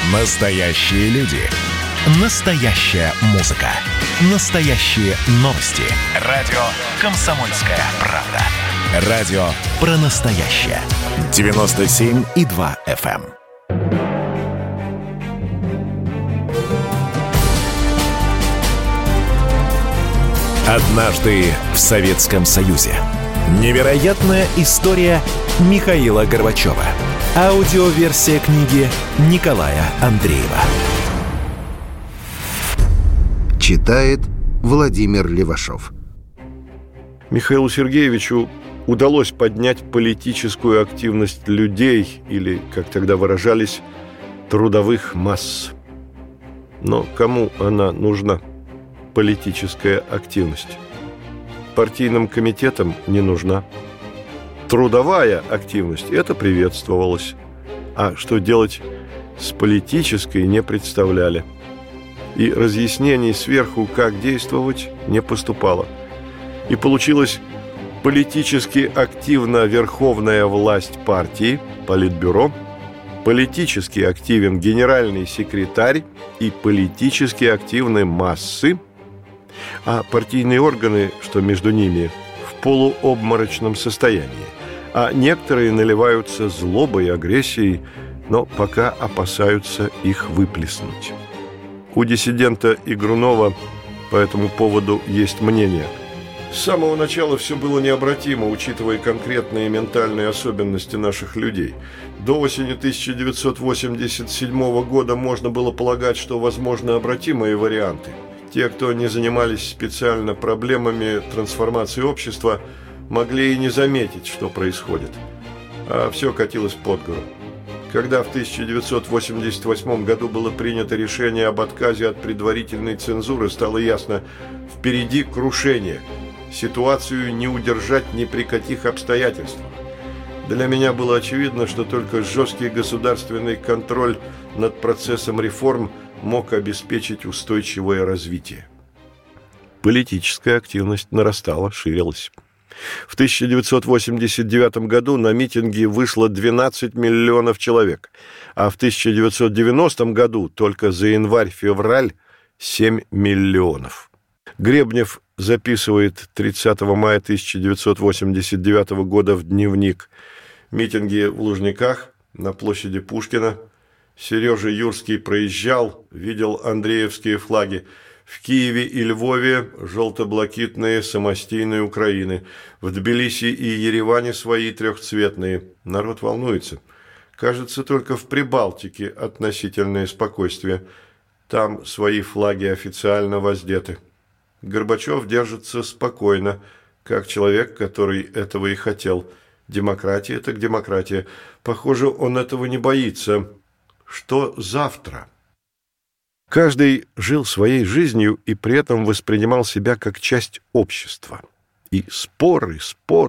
Настоящие люди. Настоящая музыка. Настоящие новости. Радио «Комсомольская правда». Радио про настоящее. 97,2 FM. Однажды в Советском Союзе. Невероятная история Михаила Горбачева. Аудиоверсия книги Николая Андреева. Читает Владимир Левашов. Михаилу Сергеевичу удалось поднять политическую активность людей, или, как тогда выражались, трудовых масс. Но кому она нужна, политическая активность? Партийным комитетам не нужна. Трудовая активность – это приветствовалось. А что делать с политической, не представляли. И разъяснений сверху, как действовать, не поступало. И получилось политически активна верховная власть партии, политбюро, политически активен генеральный секретарь и политически активны массы, а партийные органы, что между ними, в полуобморочном состоянии. А некоторые наливаются злобой и агрессией, но пока опасаются их выплеснуть. У диссидента Игрунова по этому поводу есть мнение. С самого начала все было необратимо, учитывая конкретные ментальные особенности наших людей. До осени 1987 года можно было полагать, что возможны обратимые варианты. Те, кто не занимались специально проблемами трансформации общества, могли и не заметить, что происходит. А все катилось под гору. Когда в 1988 году было принято решение об отказе от предварительной цензуры, стало ясно – впереди крушение. Ситуацию не удержать ни при каких обстоятельствах. Для меня было очевидно, что только жесткий государственный контроль над процессом реформ мог обеспечить устойчивое развитие. Политическая активность нарастала, ширилась. В 1989 году на митинги вышло 12 миллионов человек, а в 1990 году только за январь-февраль 7 миллионов. Гребнев записывает 30 мая 1989 года в дневник: митинги в Лужниках, на площади Пушкина. Сережа Юрский проезжал, видел андреевские флаги. В Киеве и Львове желто-блакитные самостийные Украины. В Тбилиси и Ереване свои трехцветные. Народ волнуется. Кажется, только в Прибалтике относительное спокойствие. Там свои флаги официально воздеты. Горбачев держится спокойно, как человек, который этого и хотел. Демократия – так демократия. Похоже, он этого не боится. Что завтра? Каждый жил своей жизнью и при этом воспринимал себя как часть общества. И споры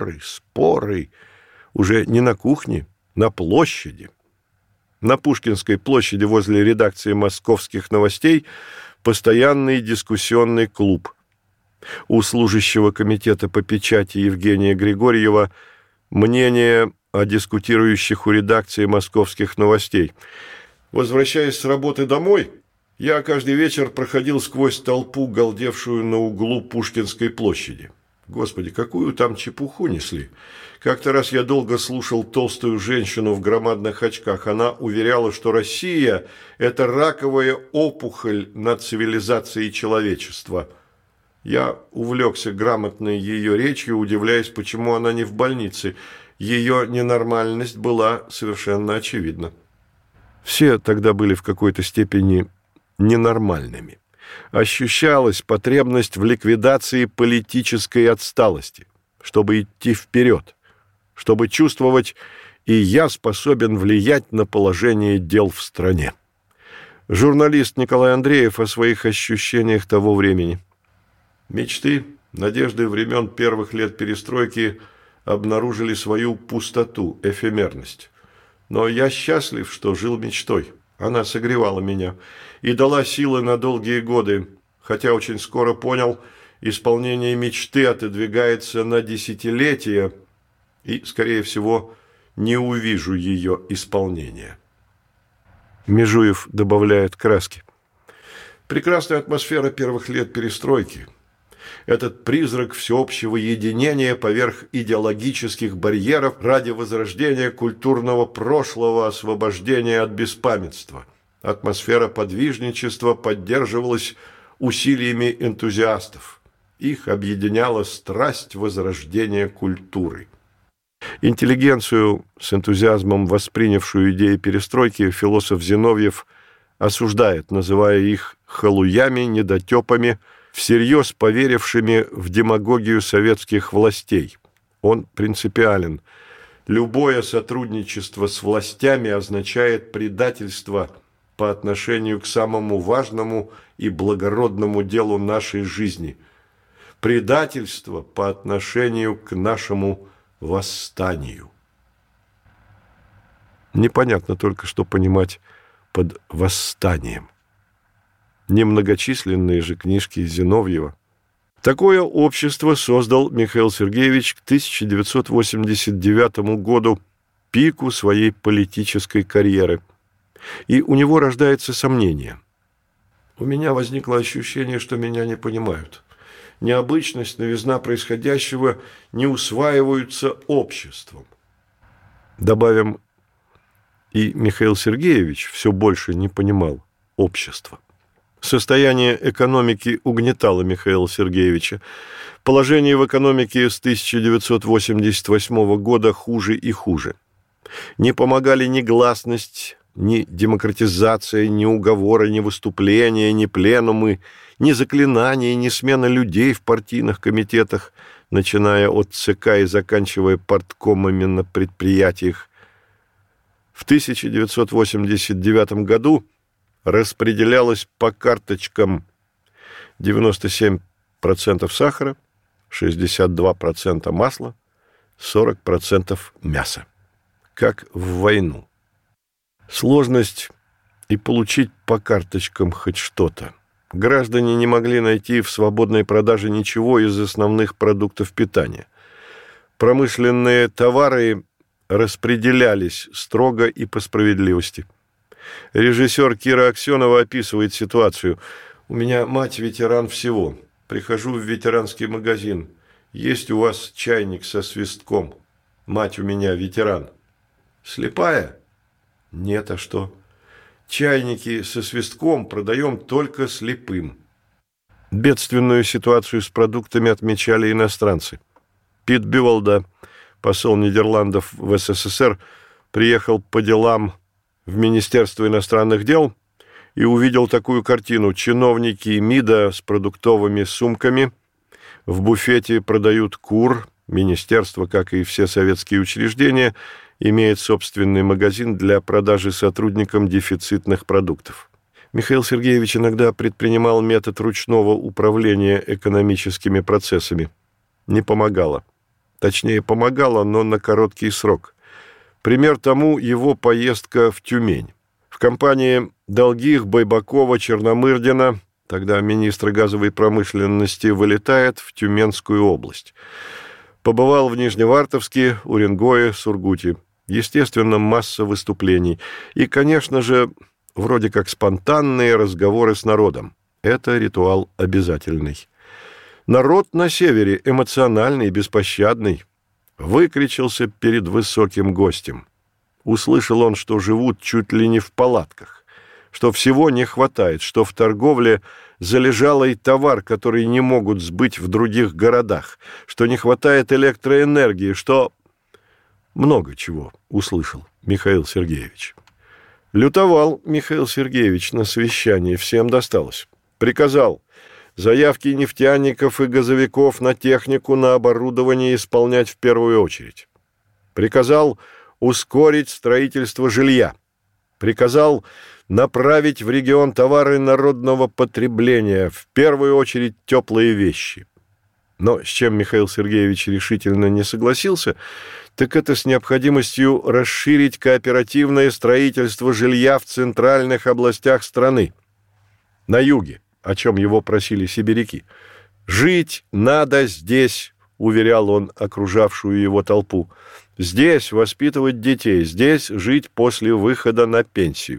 уже не на кухне, на площади. На Пушкинской площади возле редакции «Московских новостей» постоянный дискуссионный клуб. У служащего комитета по печати Евгения Григорьева мнение о дискутирующих у редакции «Московских новостей». Возвращаясь с работы домой, я каждый вечер проходил сквозь толпу, галдевшую на углу Пушкинской площади. Господи, какую там чепуху несли. Как-то раз я долго слушал толстую женщину в громадных очках. Она уверяла, что Россия – это раковая опухоль над цивилизацией человечества. Я увлекся грамотной ее речью, удивляясь, почему она не в больнице. Ее ненормальность была совершенно очевидна. Все тогда были в какой-то степени ненормальными. Ощущалась потребность в ликвидации политической отсталости, чтобы идти вперед, чтобы чувствовать, и я способен влиять на положение дел в стране. Журналист Николай Андреев о своих ощущениях того времени. Мечты, надежды времен первых лет перестройки обнаружили свою пустоту, эфемерность. Но я счастлив, что жил мечтой. Она согревала меня и дала силы на долгие годы, хотя очень скоро понял, исполнение мечты отодвигается на десятилетия, и, скорее всего, не увижу ее исполнения. Межуев добавляет краски. Прекрасная атмосфера первых лет перестройки. Этот призрак всеобщего единения поверх идеологических барьеров ради возрождения культурного прошлого, освобождения от беспамятства. Атмосфера подвижничества поддерживалась усилиями энтузиастов. Их объединяла страсть возрождения культуры. Интеллигенцию, с энтузиазмом воспринявшую идеи перестройки, философ Зиновьев осуждает, называя их халуями, недотепами, всерьез поверившими в демагогию советских властей. Он принципиален. Любое сотрудничество с властями означает предательство по отношению к самому важному и благородному делу нашей жизни. Предательство по отношению к нашему восстанию. Непонятно только, что понимать под восстанием. Немногочисленные же книжки Зиновьева. Такое общество создал Михаил Сергеевич к 1989 году, пику своей политической карьеры. И у него рождается сомнение. У меня возникло ощущение, что меня не понимают. Необычность, новизна происходящего не усваиваются обществом. Добавим, и Михаил Сергеевич все больше не понимал общества. Состояние экономики угнетало Михаила Сергеевича. Положение в экономике с 1988 года хуже и хуже. Не помогали ни гласность, ни демократизация, ни уговоры, ни выступления, ни пленумы, ни заклинания, ни смена людей в партийных комитетах, начиная от ЦК и заканчивая парткомами на предприятиях. В 1989 году распределялось по карточкам 97% сахара, 62% масла, 40% мяса. Как в войну. Сложность и получить по карточкам хоть что-то. Граждане не могли найти в свободной продаже ничего из основных продуктов питания. Промышленные товары распределялись строго и по справедливости. Режиссер Кира Аксенова описывает ситуацию. «У меня мать ветеран всего. Прихожу в ветеранский магазин. Есть у вас чайник со свистком? Мать у меня ветеран. Слепая? Нет, а что? Чайники со свистком продаем только слепым». Бедственную ситуацию с продуктами отмечали иностранцы. Пит Бювалда, посол Нидерландов в СССР, приехал по делам в Министерство иностранных дел и увидел такую картину. Чиновники МИДа с продуктовыми сумками, в буфете продают кур. Министерство, как и все советские учреждения, имеет собственный магазин для продажи сотрудникам дефицитных продуктов. Михаил Сергеевич иногда предпринимал метод ручного управления экономическими процессами. Не помогало. Точнее, помогало, но на короткий срок. Пример тому его поездка в Тюмень. В компании Долгих, Байбакова, Черномырдина, тогда министр газовой промышленности, вылетает в Тюменскую область. Побывал в Нижневартовске, Уренгое, Сургуте. Естественно, масса выступлений. И, конечно же, вроде как спонтанные разговоры с народом. Это ритуал обязательный. Народ на севере эмоциональный, беспощадный. Выкричился перед высоким гостем. Услышал он, что живут чуть ли не в палатках, что всего не хватает, что в торговле залежалый товар, который не могут сбыть в других городах, что не хватает электроэнергии, что... Много чего услышал Михаил Сергеевич. Лютовал Михаил Сергеевич на совещании, всем досталось. Приказал заявки нефтяников и газовиков на технику, на оборудование исполнять в первую очередь. Приказал ускорить строительство жилья. Приказал направить в регион товары народного потребления, в первую очередь теплые вещи. Но с чем Михаил Сергеевич решительно не согласился, так это с необходимостью расширить кооперативное строительство жилья в центральных областях страны. На юге, о чем его просили сибиряки. «Жить надо здесь», — уверял он окружавшую его толпу. «Здесь воспитывать детей, здесь жить после выхода на пенсию».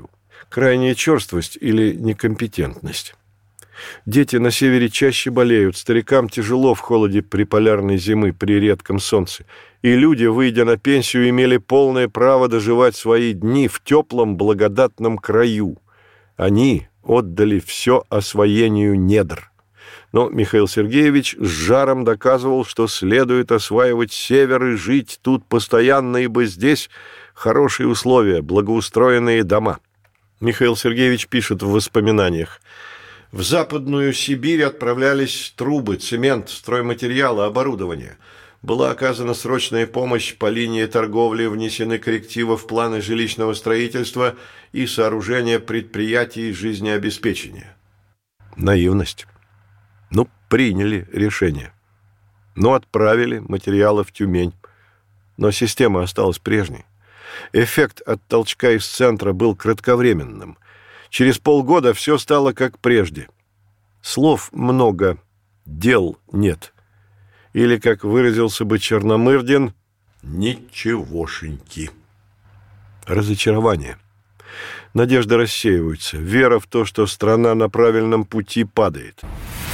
крайняя черствость или некомпетентность. Дети на севере чаще болеют, старикам тяжело в холоде приполярной зимы при редком солнце, и люди, выйдя на пенсию, имели полное право доживать свои дни в теплом благодатном краю. Они отдали все освоению недр. Но Михаил Сергеевич с жаром доказывал, что следует осваивать север и жить тут постоянно, ибо здесь хорошие условия, благоустроенные дома. Михаил Сергеевич пишет в воспоминаниях: «В Западную Сибирь отправлялись трубы, цемент, стройматериалы, оборудование. Была оказана срочная помощь по линии торговли, внесены коррективы в планы жилищного строительства и сооружения предприятий жизнеобеспечения». Наивность. Приняли решение. Отправили материалы в Тюмень. Но система осталась прежней. Эффект от толчка из центра был кратковременным. Через полгода все стало как прежде. Слов много, дел нет. Или, как выразился бы Черномырдин, ничегошеньки. Разочарование. Надежды рассеиваются. Вера в то, что страна на правильном пути, падает.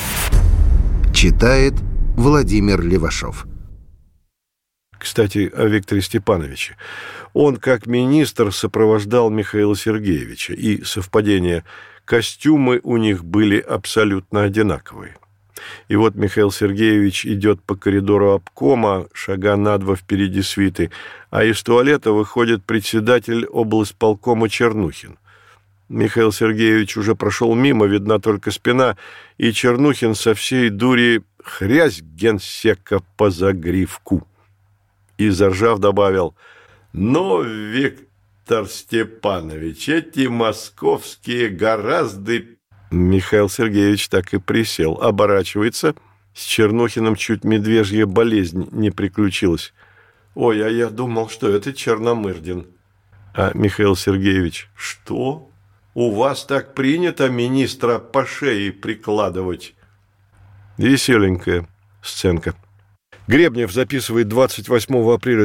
Читает Владимир Левашов. Кстати, о Викторе Степановиче. Он, как министр, сопровождал Михаила Сергеевича, и совпадение, костюмы у них были абсолютно одинаковые. И вот Михаил Сергеевич идет по коридору обкома, шага на два впереди свиты, а из туалета выходит председатель облсполкома Чернухин. Михаил Сергеевич уже прошел мимо, видна только спина, и Чернухин со всей дури хрясь генсека по загривку. И, заржав, добавил: «Но, Виктор Степанович, эти московские гораздо...» Михаил Сергеевич так и присел, оборачивается. С Чернухиным чуть медвежья болезнь не приключилась. «Ой, а я думал, что это Черномырдин». А Михаил Сергеевич: «Что? У вас так принято министра по шее прикладывать?» Веселенькая сценка. Гребнев записывает 28 апреля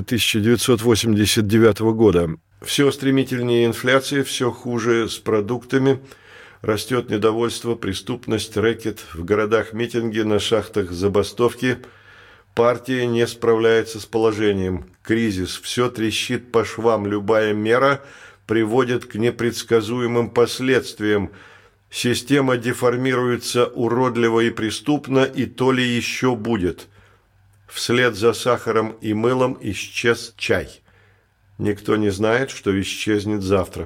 1989 года. «Все стремительнее инфляция, все хуже с продуктами. Растет недовольство, преступность, рэкет. В городах митинги, на шахтах забастовки. Партия не справляется с положением. Кризис. Все трещит по швам. Любая мера приводит к непредсказуемым последствиям. Система деформируется уродливо и преступно, и то ли еще будет. Вслед за сахаром и мылом исчез чай. Никто не знает, что исчезнет завтра.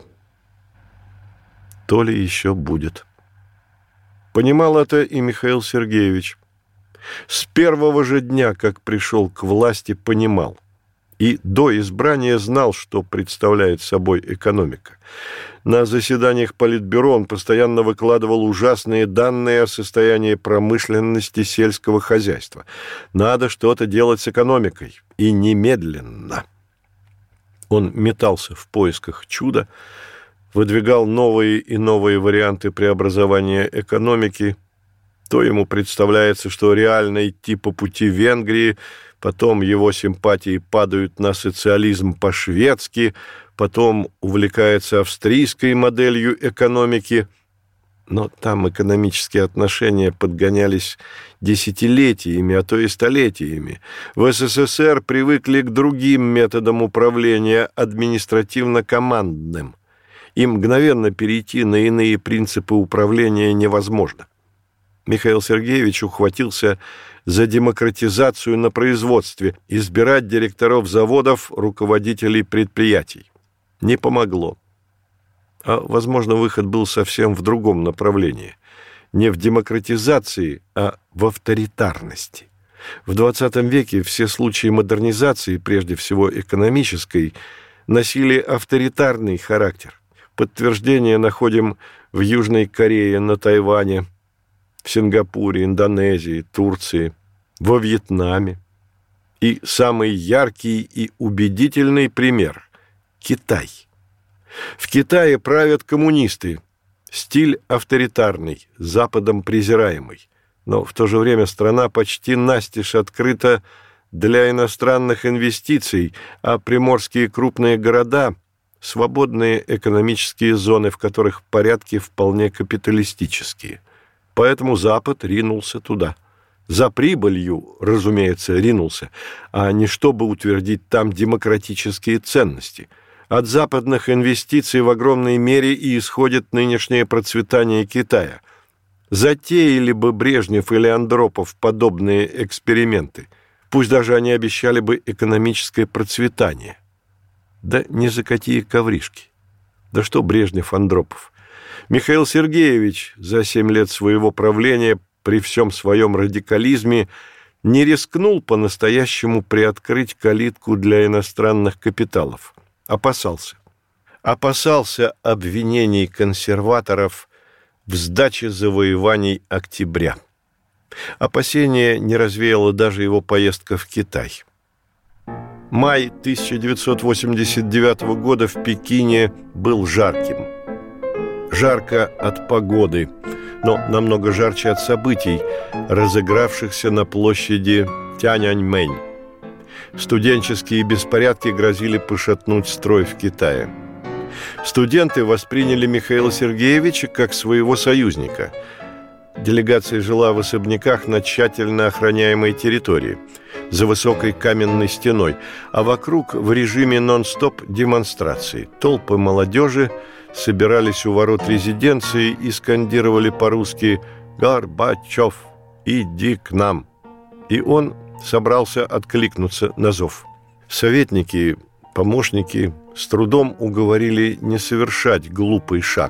То ли еще будет». Понимал это и Михаил Сергеевич. С первого же дня, как пришел к власти, понимал. И до избрания знал, что представляет собой экономика. На заседаниях Политбюро он постоянно выкладывал ужасные данные о состоянии промышленности сельского хозяйства. Надо что-то делать с экономикой. И немедленно. Он метался в поисках чуда, выдвигал новые и новые варианты преобразования экономики. То ему представляется, что реально идти по пути Венгрии, потом его симпатии падают на социализм по-шведски, потом увлекается австрийской моделью экономики. Но там экономические отношения подгонялись десятилетиями, а то и столетиями. В СССР привыкли к другим методам управления, административно-командным. И мгновенно перейти на иные принципы управления невозможно. Михаил Сергеевич ухватился за демократизацию на производстве, избирать директоров заводов, руководителей предприятий. Не помогло. А, возможно, выход был совсем в другом направлении. Не в демократизации, а в авторитарности. В XX веке все случаи модернизации, прежде всего экономической, носили авторитарный характер. Подтверждение находим в Южной Корее, на Тайване, в Сингапуре, Индонезии, Турции, во Вьетнаме. И самый яркий и убедительный пример – Китай. В Китае правят коммунисты. Стиль авторитарный, Западом презираемый. Но в то же время страна почти настежь открыта для иностранных инвестиций, а приморские крупные города свободные экономические зоны, в которых порядки вполне капиталистические. Поэтому Запад ринулся туда. За прибылью, разумеется, ринулся, а не чтобы утвердить там демократические ценности. От западных инвестиций в огромной мере и исходит нынешнее процветание Китая. Затеяли бы Брежнев или Андропов подобные эксперименты, пусть даже они обещали бы экономическое процветание. Да ни за какие ковришки. Да что Брежнев, Андропов? Михаил Сергеевич за 7 лет своего правления при всем своем радикализме не рискнул по-настоящему приоткрыть калитку для иностранных капиталов. Опасался. Опасался обвинений консерваторов в сдаче завоеваний октября. Опасение не развеяло даже его поездка в Китай. Май 1989 года в Пекине был жарким. Жарко от погоды, но намного жарче от событий, разыгравшихся на площади Тяньаньмэнь. Студенческие беспорядки грозили пошатнуть строй в Китае. Студенты восприняли Михаила Сергеевича как своего союзника. Делегация жила в особняках на тщательно охраняемой территории, за высокой каменной стеной, а вокруг в режиме нон-стоп демонстрации. Толпы молодежи собирались у ворот резиденции и скандировали по-русски «Горбачев, иди к нам!». И он собрался откликнуться на зов. Советники, помощники с трудом уговорили не совершать глупый шаг,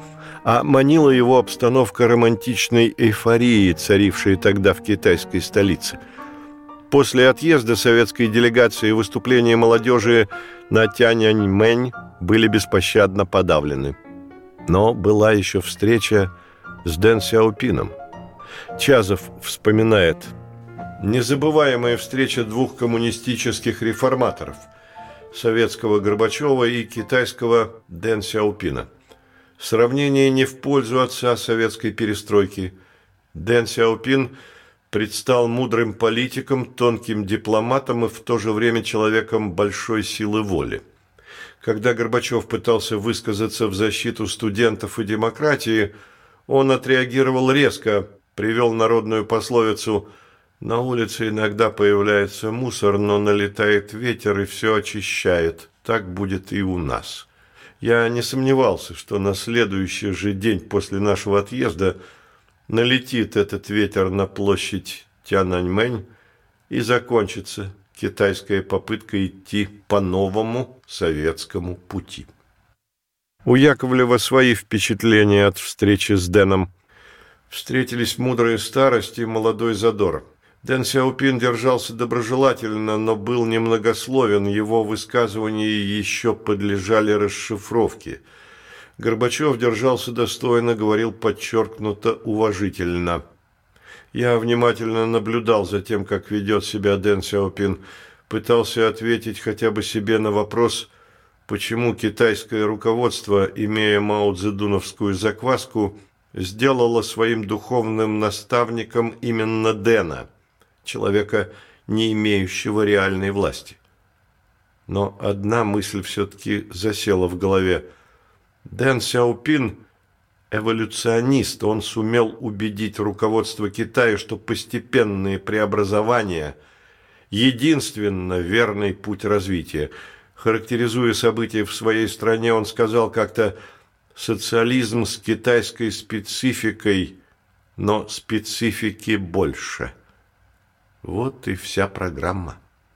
а манила его обстановка романтичной эйфории, царившей тогда в китайской столице. После отъезда советской делегации выступления молодежи на Тяньаньмэнь были беспощадно подавлены. Но была еще встреча с Дэн Сяопином. Чазов вспоминает: незабываемая встреча двух коммунистических реформаторов – советского Горбачева и китайского Дэн Сяопина. Сравнение не в пользу отца советской перестройки. Дэн Сяопин предстал мудрым политиком, тонким дипломатом и в то же время человеком большой силы воли. Когда Горбачев пытался высказаться в защиту студентов и демократии, он отреагировал резко, привел народную пословицу: «На улице иногда появляется мусор, но налетает ветер и все очищает. Так будет и у нас». Я не сомневался, что на следующий же день после нашего отъезда налетит этот ветер на площадь Тяньаньмэнь и закончится китайская попытка идти по новому советскому пути. У Яковлева свои впечатления от встречи с Дэном. Встретились мудрая старость и молодой задор. Дэн Сяопин держался доброжелательно, но был немногословен, его высказывания еще подлежали расшифровке. Горбачев держался достойно, говорил подчеркнуто уважительно. Я внимательно наблюдал за тем, как ведет себя Дэн Сяопин, пытался ответить хотя бы себе на вопрос, почему китайское руководство, имея мао-цзэдуновскую закваску, сделало своим духовным наставником именно Дэна, человека, не имеющего реальной власти. Но одна мысль все-таки засела в голове. Дэн Сяопин – эволюционист, он сумел убедить руководство Китая, что постепенные преобразования – единственно верный путь развития. Характеризуя события в своей стране, он сказал как-то: «Социализм с китайской спецификой, но специфики больше». Вот и вся программа.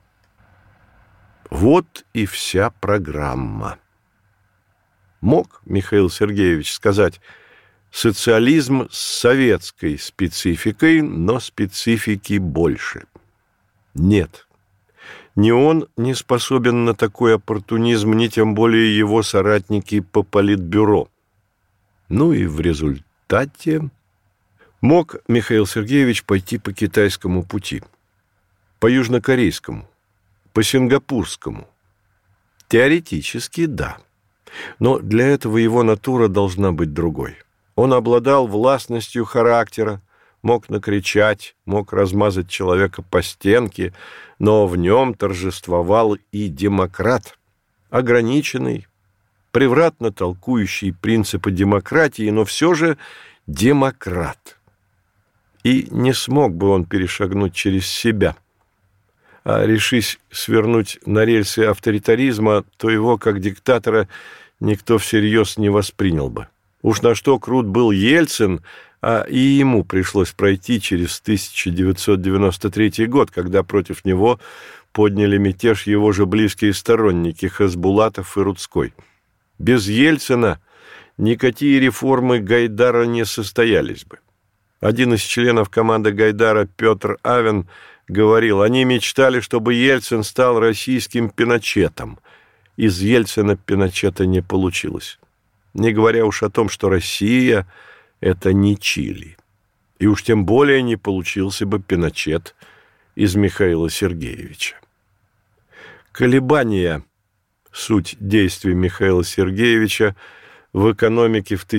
Вот и вся программа. Мог Михаил Сергеевич сказать: социализм с советской спецификой, но специфики больше? Нет. Ни он не способен на такой оппортунизм, ни тем более его соратники по политбюро. Ну и в результате мог Михаил Сергеевич пойти по китайскому пути, по южнокорейскому, по сингапурскому. Теоретически да. Но для этого его натура должна быть другой. Он обладал властностью характера, мог накричать, мог размазать человека по стенке, но в нем торжествовал и демократ, ограниченный, превратно толкующий принципы демократии, но все же демократ. И не смог бы он перешагнуть через себя. А решись свернуть на рельсы авторитаризма, то его, как диктатора, никто всерьез не воспринял бы. Уж на что крут был Ельцин, а и ему пришлось пройти через 1993 год, когда против него подняли мятеж его же близкие сторонники Хасбулатов и Рудской. Без Ельцина никакие реформы Гайдара не состоялись бы. Один из членов команды Гайдара, Петр Авен, говорил, они мечтали, чтобы Ельцин стал российским Пиночетом. Из Ельцина Пиночета не получилось. Не говоря уж о том, что Россия – это не Чили. И уж тем более не получился бы Пиночет из Михаила Сергеевича. Колебания – суть действий Михаила Сергеевича в экономике в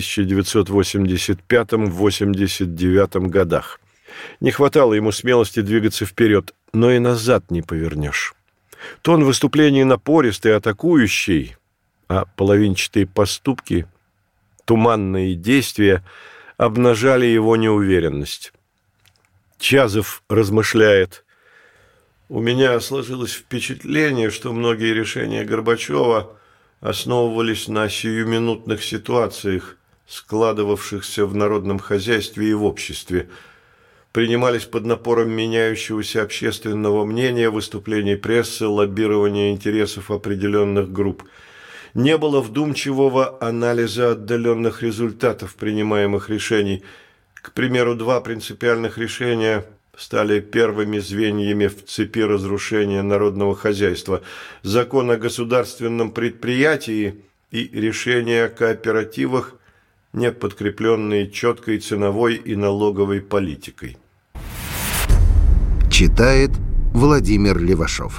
1985-89 годах. Не хватало ему смелости двигаться вперед, но и назад не повернешь. Тон выступлений напористый, атакующий, а половинчатые поступки, туманные действия обнажали его неуверенность. Чазов размышляет: «У меня сложилось впечатление, что многие решения Горбачева основывались на сиюминутных ситуациях, складывавшихся в народном хозяйстве и в обществе, принимались под напором меняющегося общественного мнения, выступлений прессы, лоббирования интересов определенных групп. Не было вдумчивого анализа отдаленных результатов принимаемых решений. К примеру, 2 принципиальных решения стали первыми звеньями в цепи разрушения народного хозяйства: закон о государственном предприятии и решение о кооперативах, не подкрепленные четкой ценовой и налоговой политикой». Читает Владимир Левашов.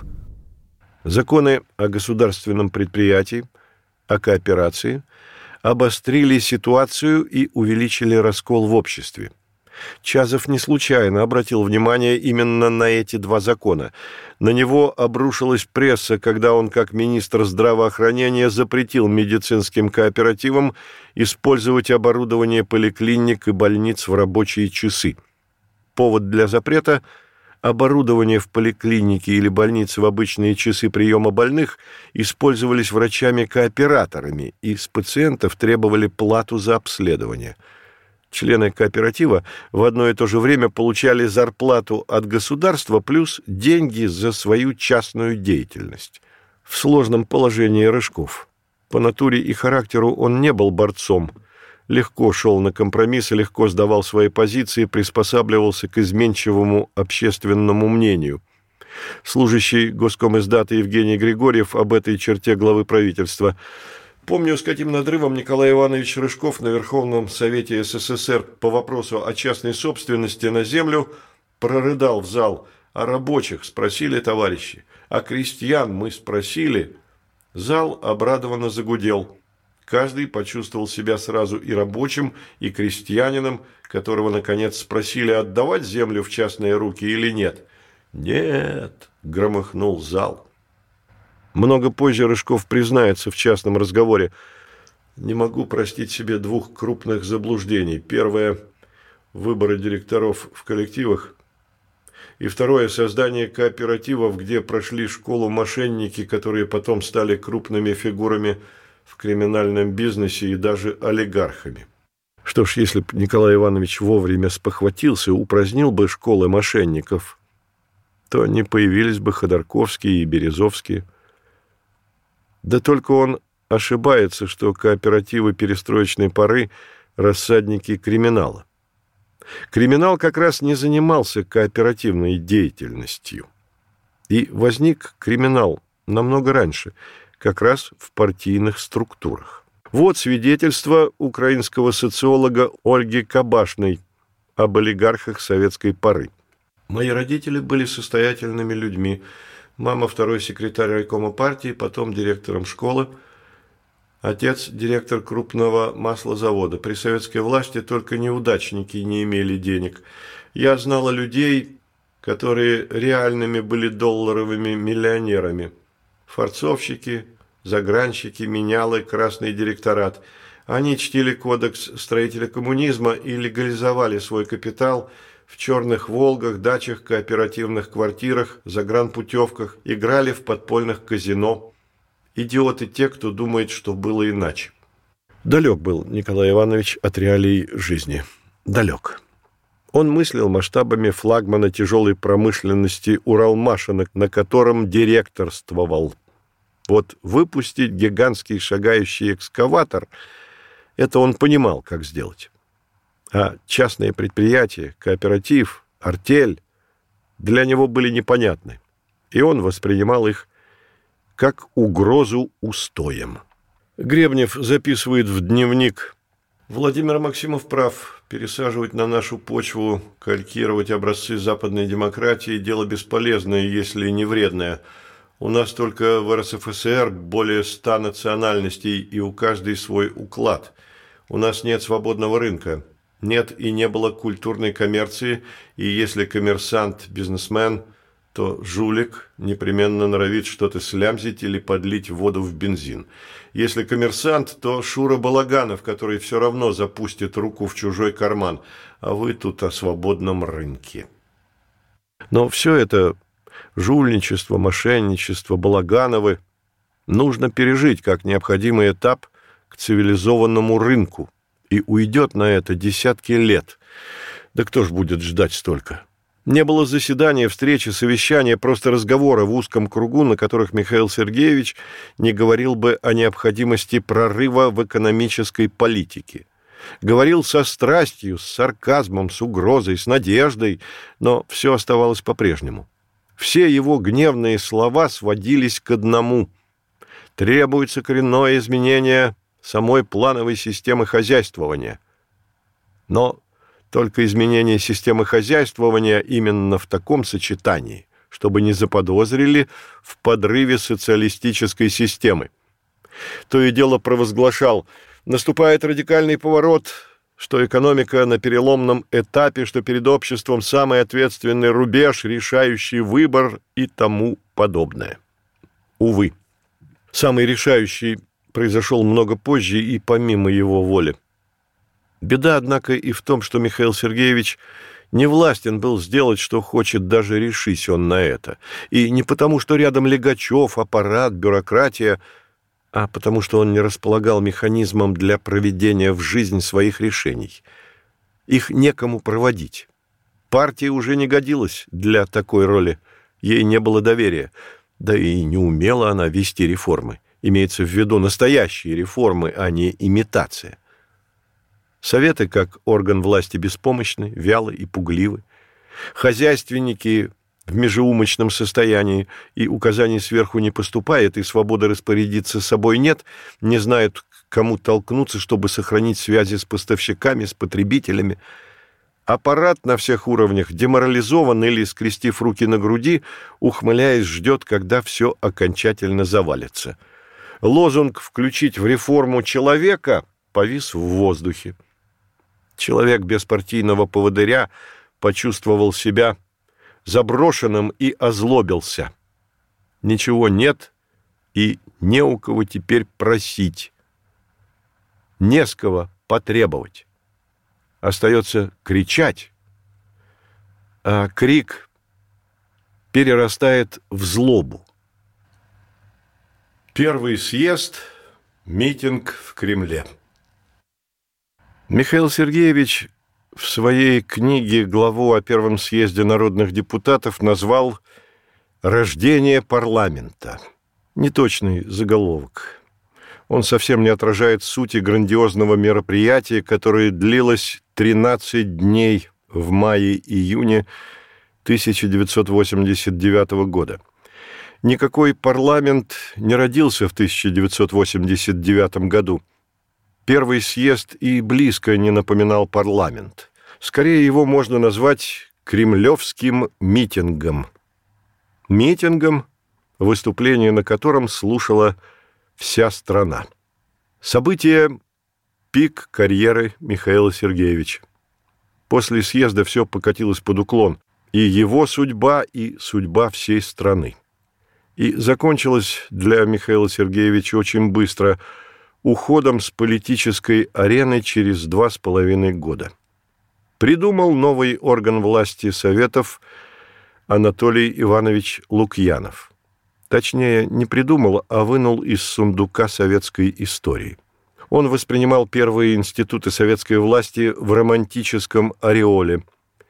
Законы о государственном предприятии, о кооперации обострили ситуацию и увеличили раскол в обществе. Чазов не случайно обратил внимание именно на эти 2 закона. На него обрушилась пресса, когда он, как министр здравоохранения, запретил медицинским кооперативам использовать оборудование поликлиник и больниц в рабочие часы. Повод для запрета – оборудование в поликлинике или больнице в обычные часы приема больных использовались врачами-кооператорами, и с пациентов требовали плату за обследование. Члены кооператива в одно и то же время получали зарплату от государства плюс деньги за свою частную деятельность. В сложном положении Рыжков. По натуре и характеру он не был борцом, легко шел на компромиссы, легко сдавал свои позиции, приспосабливался к изменчивому общественному мнению. Служащий Госкомиздата Евгений Григорьев об этой черте главы правительства: «Помню, с каким надрывом Николай Иванович Рыжков на Верховном Совете СССР по вопросу о частной собственности на землю прорыдал в зал: о рабочих спросили товарищи, а крестьян мы спросили». Зал обрадованно загудел. Каждый почувствовал себя сразу и рабочим, и крестьянином, которого, наконец, спросили, отдавать землю в частные руки или нет. «Нет», – громыхнул зал. Много позже Рыжков признается в частном разговоре: «Не могу простить себе 2 крупных заблуждений. Первое – выборы директоров в коллективах. И второе – создание кооперативов, где прошли школу мошенники, которые потом стали крупными фигурами в криминальном бизнесе и даже олигархами». Что ж, если бы Николай Иванович вовремя спохватился, упразднил бы школы мошенников, то не появились бы Ходорковские и Березовские. Да только он ошибается, что кооперативы перестроечной поры – рассадники криминала. Криминал как раз не занимался кооперативной деятельностью. И возник криминал намного раньше, как раз в партийных структурах. Вот свидетельство украинского социолога Ольги Кабашной об олигархах советской поры. «Мои родители были состоятельными людьми. Мама – 2-й секретарь райкома партии, потом директором школы. Отец – директор крупного маслозавода. При советской власти только неудачники не имели денег. Я знала людей, которые реальными были долларовыми миллионерами. Форцовщики, загранщики, менялы, красный директорат. Они чтили кодекс строителя коммунизма и легализовали свой капитал в черных «Волгах», дачах, кооперативных квартирах, загранпутевках, играли в подпольных казино. Идиоты те, кто думает, что было иначе. Далек был Николай Иванович от реалий жизни. Далек. Он мыслил масштабами флагмана тяжелой промышленности «Уралмаша», на котором директорствовал. Вот выпустить гигантский шагающий экскаватор – это он понимал, как сделать. А частные предприятия, кооператив, артель для него были непонятны, и он воспринимал их как угрозу устоям. Гребнев записывает в дневник: Владимир Максимов прав. Пересаживать на нашу почву, калькировать образцы западной демократии – дело бесполезное, если не вредное. У нас только в РСФСР более 100 национальностей, и у каждой свой уклад. У нас нет свободного рынка. Нет и не было культурной коммерции, и если коммерсант – бизнесмен, то жулик непременно норовит что-то слямзить или подлить воду в бензин. Если коммерсант, то Шура Балаганов, который все равно запустит руку в чужой карман, а вы тут о свободном рынке. Но все это жульничество, мошенничество, Балагановы нужно пережить как необходимый этап к цивилизованному рынку, и уйдет на это десятки лет. Да кто ж будет ждать столько? Не было заседания, встречи, совещания, просто разговора в узком кругу, на которых Михаил Сергеевич не говорил бы о необходимости прорыва в экономической политике. Говорил со страстью, с сарказмом, с угрозой, с надеждой, но все оставалось по-прежнему. Все его гневные слова сводились к одному: требуется коренное изменение самой плановой системы хозяйствования. Но только изменение системы хозяйствования именно в таком сочетании, чтобы не заподозрили в подрыве социалистической системы. То и дело провозглашал: наступает радикальный поворот, что экономика на переломном этапе, что перед обществом самый ответственный рубеж, решающий выбор и тому подобное. Увы, самый решающий произошел много позже и помимо его воли. Беда, однако, и в том, что Михаил Сергеевич не властен был сделать, что хочет, даже решись он на это. И не потому, что рядом Легачев, аппарат, бюрократия, а потому, что он не располагал механизмом для проведения в жизнь своих решений. Их некому проводить. Партия уже не годилась для такой роли, ей не было доверия, да и не умела она вести реформы. Имеется в виду настоящие реформы, а не имитация. Советы, как орган власти, беспомощны, вялы и пугливы. Хозяйственники в межеумочном состоянии, и указаний сверху не поступает, и свободы распорядиться собой нет, не знают, к кому толкнуться, чтобы сохранить связи с поставщиками, с потребителями. Аппарат на всех уровнях деморализован или, скрестив руки на груди, ухмыляясь, ждет, когда все окончательно завалится. Лозунг «включить в реформу человека» повис в воздухе. Человек без партийного поводыря почувствовал себя заброшенным и озлобился. Ничего нет и не у кого теперь просить. Не с кого потребовать. Остается кричать, а крик перерастает в злобу. Первый съезд, митинг в Кремле. Михаил Сергеевич в своей книге главу о Первом съезде народных депутатов назвал «Рождение парламента». Неточный заголовок. Он совсем не отражает сути грандиозного мероприятия, которое длилось 13 дней в мае-июне 1989 года. Никакой парламент не родился в 1989 году. Первый съезд и близко не напоминал парламент. Скорее, его можно назвать кремлевским митингом. Митингом, выступление на котором слушала вся страна. Событие – пик карьеры Михаила Сергеевича. После съезда все покатилось под уклон. И его судьба, и судьба всей страны. И закончилось для Михаила Сергеевича очень быстро уходом с политической арены через 2,5 года. Придумал новый орган власти Советов Анатолий Иванович Лукьянов. Точнее, не придумал, а вынул из сундука советской истории. Он воспринимал первые институты советской власти в романтическом ореоле.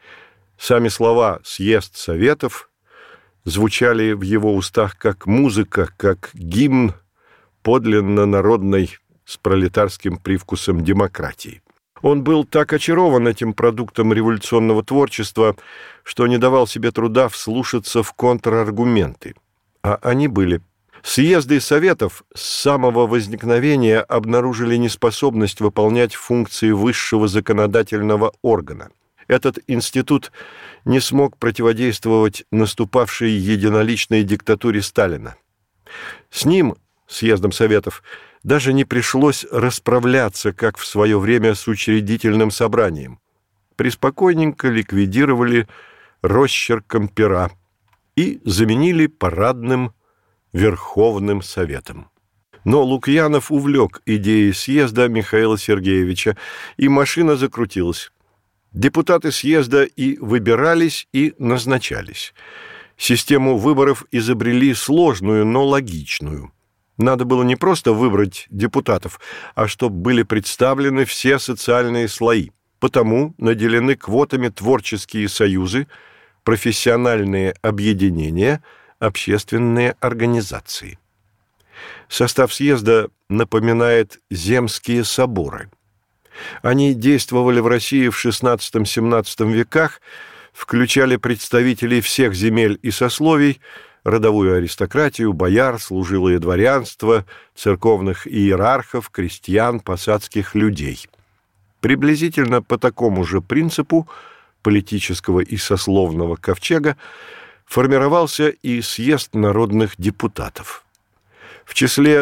Сами слова «съезд Советов» звучали в его устах как музыка, как гимн подлинно народной с пролетарским привкусом демократии. Он был так очарован этим продуктом революционного творчества, что не давал себе труда вслушаться в контраргументы. А они были. Съезды Советов с самого возникновения обнаружили неспособность выполнять функции высшего законодательного органа. Этот институт не смог противодействовать наступавшей единоличной диктатуре Сталина. С ним, съездом Советов, даже не пришлось расправляться, как в свое время с учредительным собранием. Преспокойненько ликвидировали росчерком пера и заменили парадным Верховным Советом. Но Лукьянов увлек идеей съезда Михаила Сергеевича, и машина закрутилась. Депутаты съезда и выбирались, и назначались. Систему выборов изобрели сложную, но логичную. Надо было не просто выбрать депутатов, а чтобы были представлены все социальные слои. Потому наделены квотами творческие союзы, профессиональные объединения, общественные организации. Состав съезда напоминает земские соборы. Они действовали в России в XVI-XVII веках, включали представителей всех земель и сословий, родовую аристократию, бояр, служилое дворянство, церковных иерархов, крестьян, посадских людей. Приблизительно по такому же принципу политического и сословного ковчега формировался и съезд народных депутатов. В числе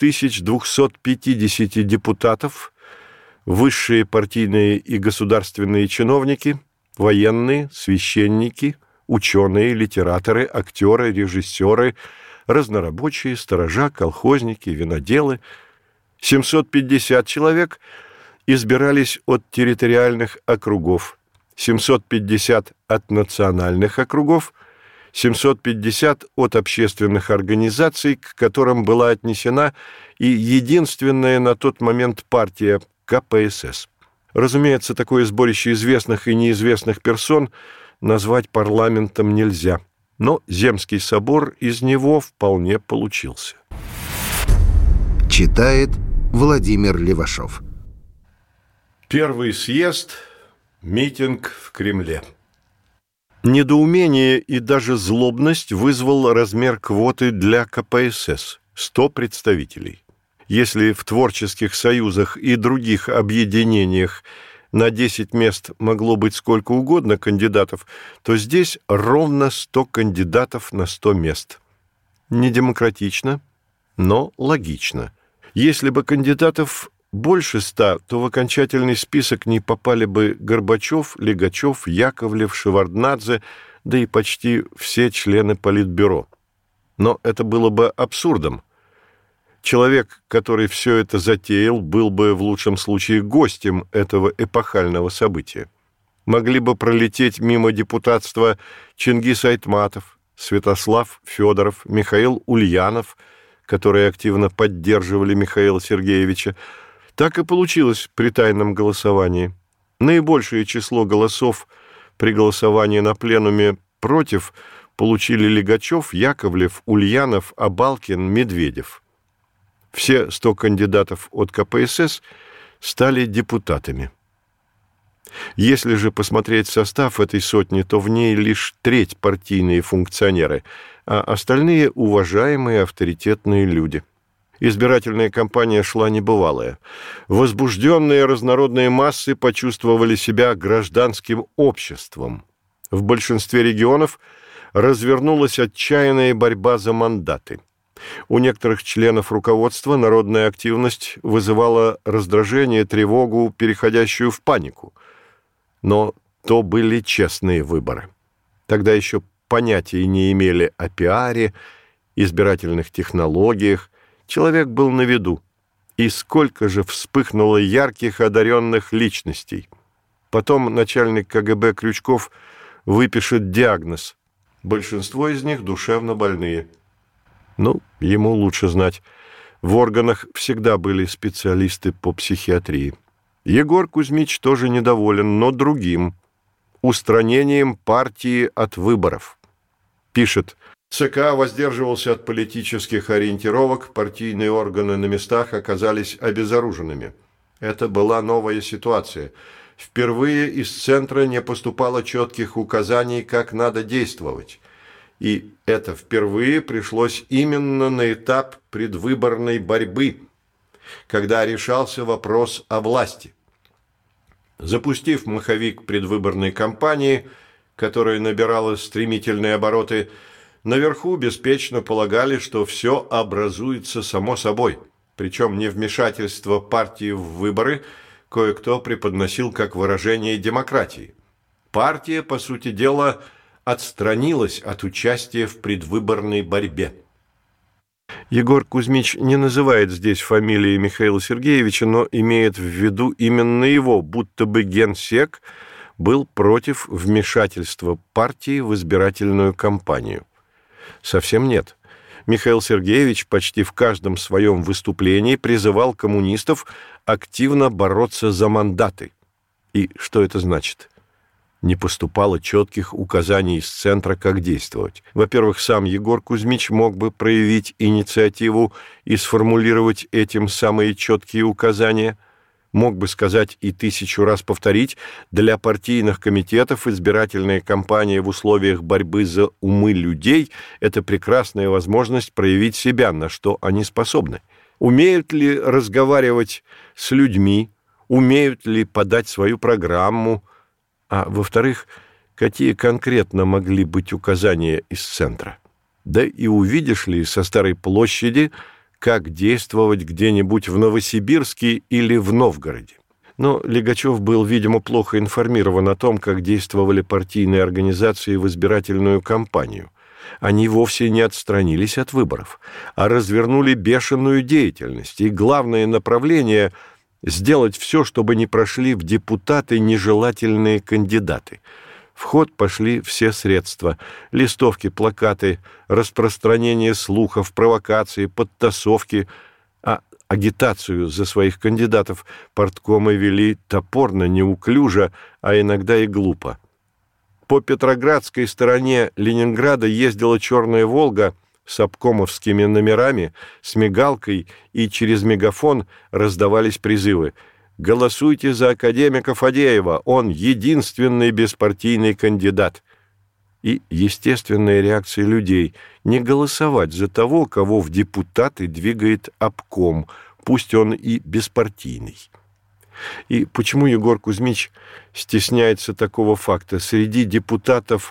2250 депутатов высшие партийные и государственные чиновники, военные, священники, ученые, литераторы, актеры, режиссеры, разнорабочие, сторожа, колхозники, виноделы. 750 человек избирались от территориальных округов, 750 от национальных округов, 750 от общественных организаций, к которым была отнесена и единственная на тот момент партия КПСС. Разумеется, такое сборище известных и неизвестных персон назвать парламентом нельзя, но Земский собор из него вполне получился. Читает Владимир Левашов. Первый съезд, митинг в Кремле. Недоумение и даже злобность вызвал размер квоты для КПСС – 100 представителей. Если в творческих союзах и других объединениях на 10 мест могло быть сколько угодно кандидатов, то здесь ровно 100 кандидатов на 100 мест. Недемократично, но логично. Если бы кандидатов больше 100, то в окончательный список не попали бы Горбачев, Лигачев, Яковлев, Шеварднадзе, да и почти все члены Политбюро. Но это было бы абсурдом. Человек, который все это затеял, был бы в лучшем случае гостем этого эпохального события. Могли бы пролететь мимо депутатства Чингис Айтматов, Святослав Федоров, Михаил Ульянов, которые активно поддерживали Михаила Сергеевича. Так и получилось при тайном голосовании. Наибольшее число голосов при голосовании на пленуме против получили Лигачев, Яковлев, Ульянов, Абалкин, Медведев. Все 100 кандидатов от КПСС стали депутатами. Если же посмотреть состав этой сотни, то в ней лишь треть партийные функционеры, а остальные уважаемые авторитетные люди. Избирательная кампания шла небывалая. Возбужденные разнородные массы почувствовали себя гражданским обществом. В большинстве регионов развернулась отчаянная борьба за мандаты. У некоторых членов руководства народная активность вызывала раздражение, тревогу, переходящую в панику. Но то были честные выборы. Тогда еще понятия не имели о пиаре избирательных технологиях. Человек был на виду. И сколько же вспыхнуло ярких одаренных личностей. Потом начальник КГБ Крючков выпишет диагноз. Большинство из них душевно больные. Ну, ему лучше знать. В органах всегда были специалисты по психиатрии. Егор Кузьмич тоже недоволен, но другим. Устранением партии от выборов. Пишет: ЦК воздерживался от политических ориентировок, партийные органы на местах оказались обезоруженными. Это была новая ситуация. Впервые из центра не поступало четких указаний, как надо действовать. И это впервые пришлось именно на этап предвыборной борьбы, когда решался вопрос о власти. Запустив маховик предвыборной кампании, которая набирала стремительные обороты, наверху беспечно полагали, что все образуется само собой, причем невмешательство партии в выборы кое-кто преподносил как выражение демократии. Партия, по сути дела, отстранилась от участия в предвыборной борьбе. Егор Кузьмич не называет здесь фамилии Михаила Сергеевича, но имеет в виду именно его, будто бы генсек был против вмешательства партии в избирательную кампанию. Совсем нет. Михаил Сергеевич почти в каждом своем выступлении призывал коммунистов активно бороться за мандаты. И что это значит? Не поступало четких указаний из центра, как действовать. Во-первых, сам Егор Кузьмич мог бы проявить инициативу и сформулировать этим самые четкие указания. Мог бы сказать и 1000 раз повторить: для партийных комитетов избирательная кампания в условиях борьбы за умы людей – это прекрасная возможность проявить себя, на что они способны. Умеют ли разговаривать с людьми, умеют ли подать свою программу, а во-вторых, какие конкретно могли быть указания из центра. Да и увидишь ли со Старой площади, как действовать где-нибудь в Новосибирске или в Новгороде. Но Лигачев был, видимо, плохо информирован о том, как действовали партийные организации в избирательную кампанию. Они вовсе не отстранились от выборов, а развернули бешеную деятельность, и главное направление – сделать все, чтобы не прошли в депутаты нежелательные кандидаты. В ход пошли все средства – листовки, плакаты, распространение слухов, провокации, подтасовки, а агитацию за своих кандидатов парткомы вели топорно, неуклюже, а иногда и глупо. По Петроградской стороне Ленинграда ездила «Черная Волга» с обкомовскими номерами, с мигалкой, и через мегафон раздавались призывы: «Голосуйте за академика Фадеева, он единственный беспартийный кандидат». И естественная реакция людей – не голосовать за того, кого в депутаты двигает обком, пусть он и беспартийный. И почему Егор Кузьмич стесняется такого факта? Среди депутатов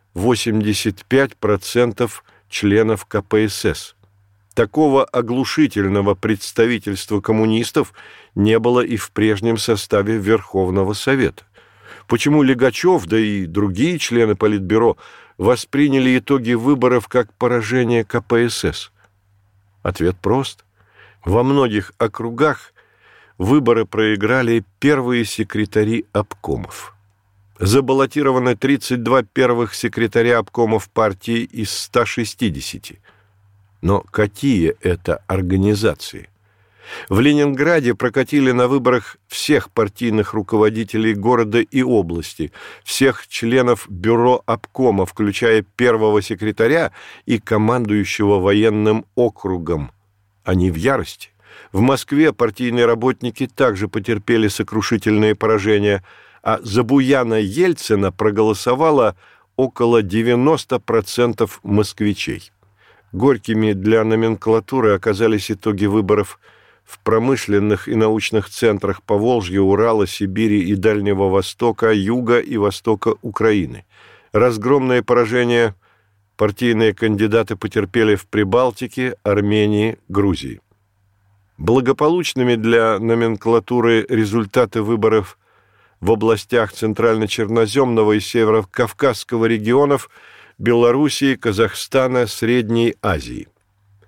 85% членов КПСС. Такого оглушительного представительства коммунистов не было и в прежнем составе Верховного Совета. Почему Лигачев, да и другие члены Политбюро восприняли итоги выборов как поражение КПСС? Ответ прост. Во многих округах выборы проиграли первые секретари обкомов. Забаллотированы 32 первых секретаря обкомов партии из 160. Но какие это организации? В Ленинграде прокатили на выборах всех партийных руководителей города и области, всех членов бюро обкома, включая первого секретаря и командующего военным округом. Они в ярости. В Москве партийные работники также потерпели сокрушительные поражения, а за Буяна Ельцина проголосовало около 90% москвичей. Горькими для номенклатуры оказались итоги выборов в промышленных и научных центрах Поволжья, Урала, Сибири и Дальнего Востока, Юга и Востока Украины. Разгромное поражение партийные кандидаты потерпели в Прибалтике, Армении, Грузии. Благополучными для номенклатуры результаты выборов в областях Центрально-Черноземного и Северо-Кавказского регионов, Белоруссии, Казахстана, Средней Азии.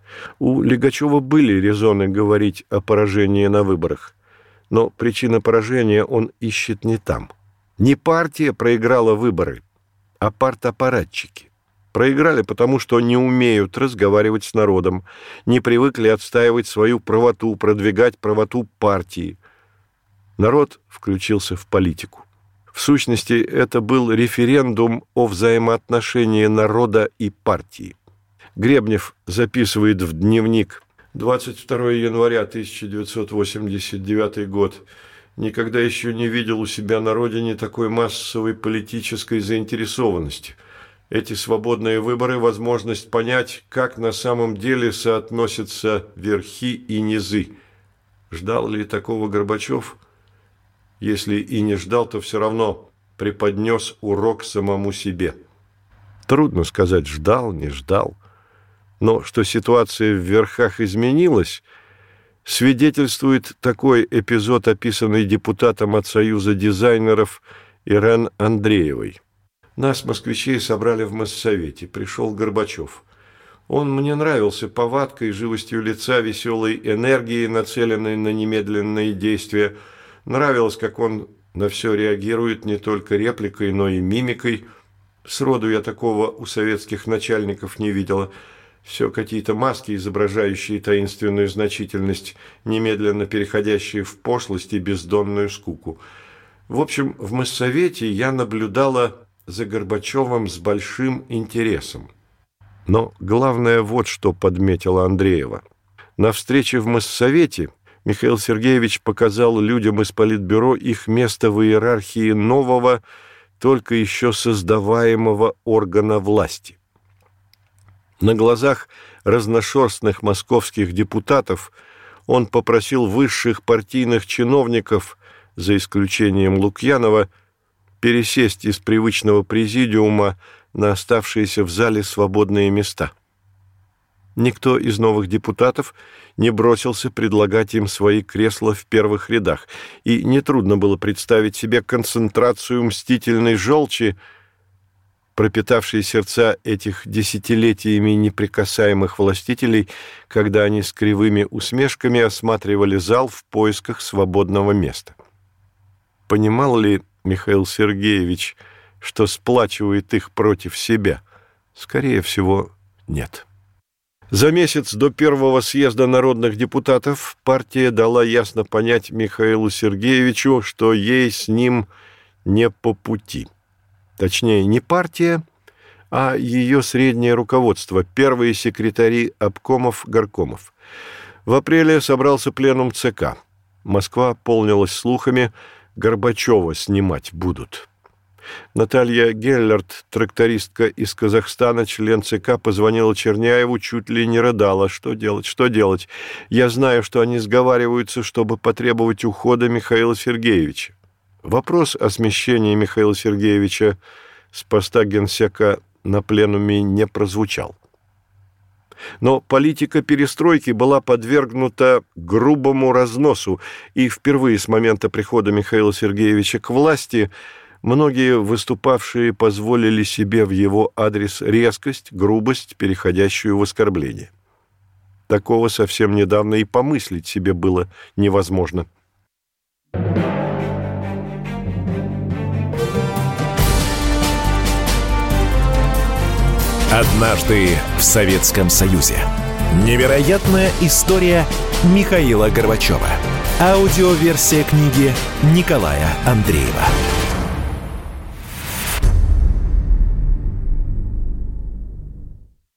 У Лигачева были резоны говорить о поражении на выборах, но причина поражения он ищет не там. Не партия проиграла выборы, а партаппаратчики. Проиграли потому, что не умеют разговаривать с народом, не привыкли отстаивать свою правоту, продвигать правоту партии. Народ включился в политику. В сущности, это был референдум о взаимоотношении народа и партии. Гребнев записывает в дневник: 22 января 1989 год. Никогда еще не видел у себя на родине такой массовой политической заинтересованности. Эти свободные выборы – возможность понять, как на самом деле соотносятся верхи и низы. Ждал ли такого Горбачев? Если и не ждал, то все равно преподнес урок самому себе. Трудно сказать, ждал, не ждал. Но что ситуация в верхах изменилась, свидетельствует такой эпизод, описанный депутатом от Союза дизайнеров Ирен Андреевой. Нас, москвичей, собрали в Моссовете. Пришел Горбачев. Он мне нравился повадкой, живостью лица, веселой энергией, нацеленной на немедленные действия. Нравилось, как он на все реагирует не только репликой, но и мимикой. Сроду я такого у советских начальников не видела. Все какие-то маски, изображающие таинственную значительность, немедленно переходящие в пошлость и бездонную скуку. В общем, в Моссовете я наблюдала за Горбачевым с большим интересом. Но главное вот что подметила Андреева. На встрече в Моссовете Михаил Сергеевич показал людям из Политбюро их место в иерархии нового, только еще создаваемого органа власти. На глазах разношерстных московских депутатов он попросил высших партийных чиновников, за исключением Лукьянова, пересесть из привычного президиума на оставшиеся в зале свободные места. Никто из новых депутатов не бросился предлагать им свои кресла в первых рядах, и нетрудно было представить себе концентрацию мстительной желчи, пропитавшей сердца этих десятилетиями неприкасаемых властителей, когда они с кривыми усмешками осматривали зал в поисках свободного места. Понимал ли Михаил Сергеевич, что сплачивает их против себя? Скорее всего, нет. За месяц до первого съезда народных депутатов партия дала ясно понять Михаилу Сергеевичу, что ей с ним не по пути. Точнее, не партия, а ее среднее руководство, первые секретари обкомов, горкомов. В апреле собрался пленум ЦК. Москва полнилась слухами, Горбачева снимать будут. Наталья Геллерт, трактористка из Казахстана, член ЦК, позвонила Черняеву, чуть ли не рыдала. Что делать? Я знаю, что они сговариваются, чтобы потребовать ухода Михаила Сергеевича. Вопрос о смещении Михаила Сергеевича с поста генсека на пленуме не прозвучал. Но политика перестройки была подвергнута грубому разносу, и впервые с момента прихода Михаила Сергеевича к власти многие выступавшие позволили себе в его адрес резкость, грубость, переходящую в оскорбление. Такого совсем недавно и помыслить себе было невозможно. Однажды в Советском Союзе. Невероятная история Михаила Горбачева. Аудиоверсия книги Николая Андреева.